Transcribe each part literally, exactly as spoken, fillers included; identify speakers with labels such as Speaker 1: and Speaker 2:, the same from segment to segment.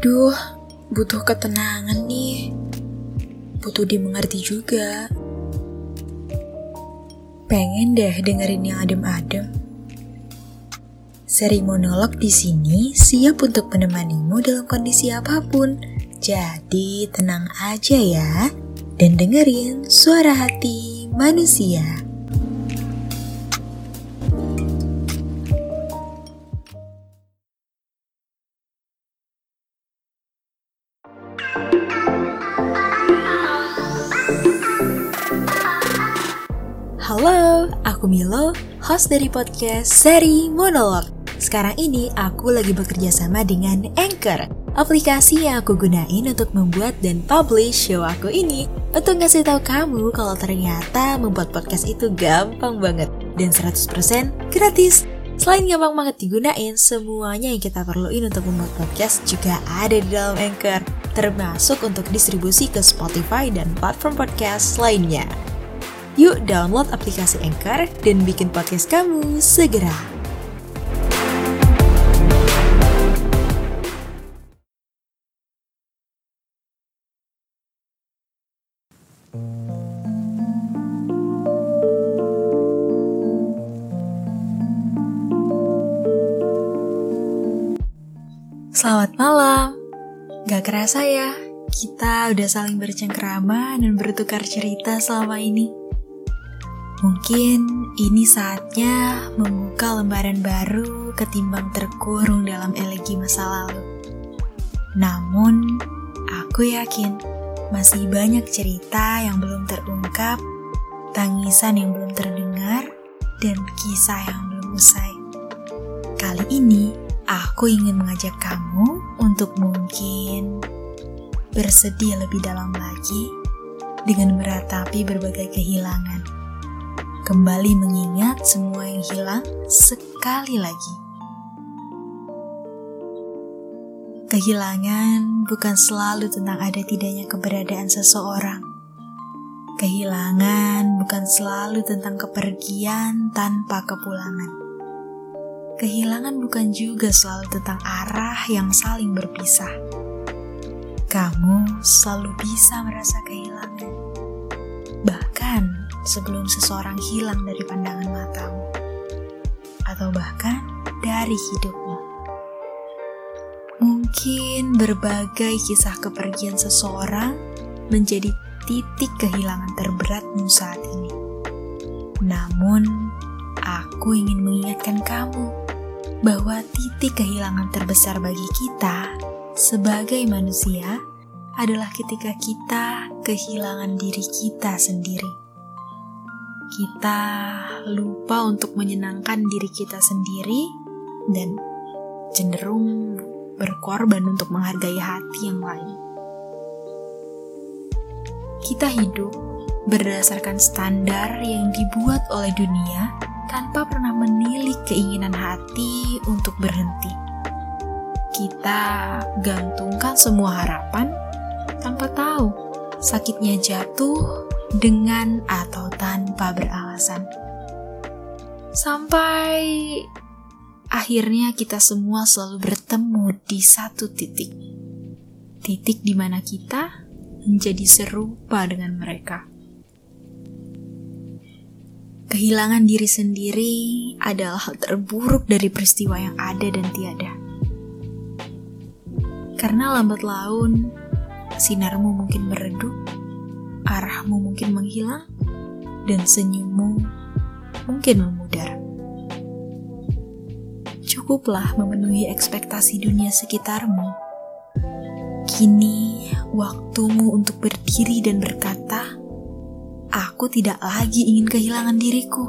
Speaker 1: Aduh, butuh ketenangan nih. Butuh dimengerti juga. Pengen deh dengerin yang adem-adem. Seri monolog di sini siap untuk menemanimu dalam kondisi apapun. Jadi tenang aja ya, dan dengerin suara hati manusia. Halo, aku Milo, host dari podcast Seri Monolog. Sekarang ini aku lagi bekerja sama dengan Anchor, aplikasi yang aku gunain untuk membuat dan publish show aku ini. Untuk ngasih tahu kamu kalau ternyata membuat podcast itu gampang banget dan seratus persen gratis. Selain gampang banget digunain, semuanya yang kita perluin untuk membuat podcast juga ada di dalam Anchor, termasuk untuk distribusi ke Spotify dan platform podcast lainnya. Yuk download aplikasi Anchor dan bikin podcast kamu segera. Selamat malam. Gak kerasa ya, kita udah saling bercengkrama dan bertukar cerita selama ini. Mungkin ini saatnya membuka lembaran baru ketimbang terkurung dalam elegi masa lalu. Namun, aku yakin masih banyak cerita yang belum terungkap, tangisan yang belum terdengar, dan kisah yang belum usai. Kali ini, aku ingin mengajak kamu untuk mungkin bersedih lebih dalam lagi dengan meratapi berbagai kehilangan. Kembali mengingat semua yang hilang sekali lagi. Kehilangan bukan selalu tentang ada tidaknya keberadaan seseorang. Kehilangan bukan selalu tentang kepergian tanpa kepulangan. Kehilangan bukan juga selalu tentang arah yang saling berpisah. Kamu selalu bisa merasa kehilangan. Bahkan sebelum seseorang hilang dari pandangan matamu, atau bahkan dari hidupmu. Mungkin berbagai kisah kepergian seseorang menjadi titik kehilangan terberatmu saat ini. Namun, aku ingin mengingatkan kamu bahwa titik kehilangan terbesar bagi kita sebagai manusia adalah ketika kita kehilangan diri kita sendiri. Kita lupa untuk menyenangkan diri kita sendiri dan cenderung berkorban untuk menghargai hati yang lain. Kita hidup berdasarkan standar yang dibuat oleh dunia tanpa pernah menilik keinginan hati untuk berhenti. Kita gantungkan semua harapan tanpa tahu sakitnya jatuh dengan atau tanpa beralasan. Sampai akhirnya kita semua selalu bertemu di satu titik. Titik di mana kita menjadi serupa dengan mereka. Kehilangan diri sendiri adalah hal terburuk dari peristiwa yang ada dan tiada. Karena lambat laun, sinarmu mungkin meredup, arahmu mungkin menghilang, dan senyummu mungkin memudar. Cukuplah memenuhi ekspektasi dunia sekitarmu. Kini waktumu untuk berdiri dan berkata, aku tidak lagi ingin kehilangan diriku.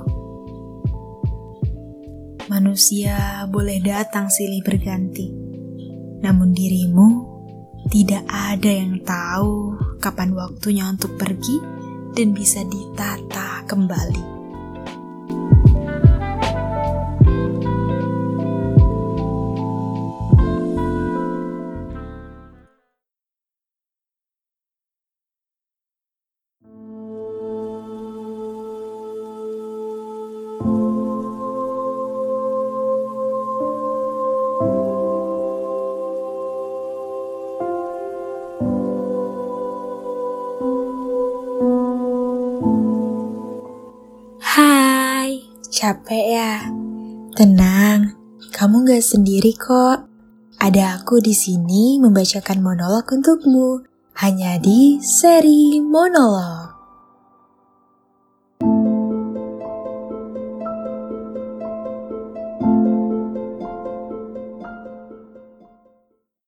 Speaker 1: Manusia boleh datang silih berganti, namun dirimu tidak ada yang tahu kapan waktunya untuk pergi dan bisa ditata kembali. Capek ya? Tenang, kamu gak sendiri kok. Ada aku di sini membacakan monolog untukmu, hanya di seri monolog.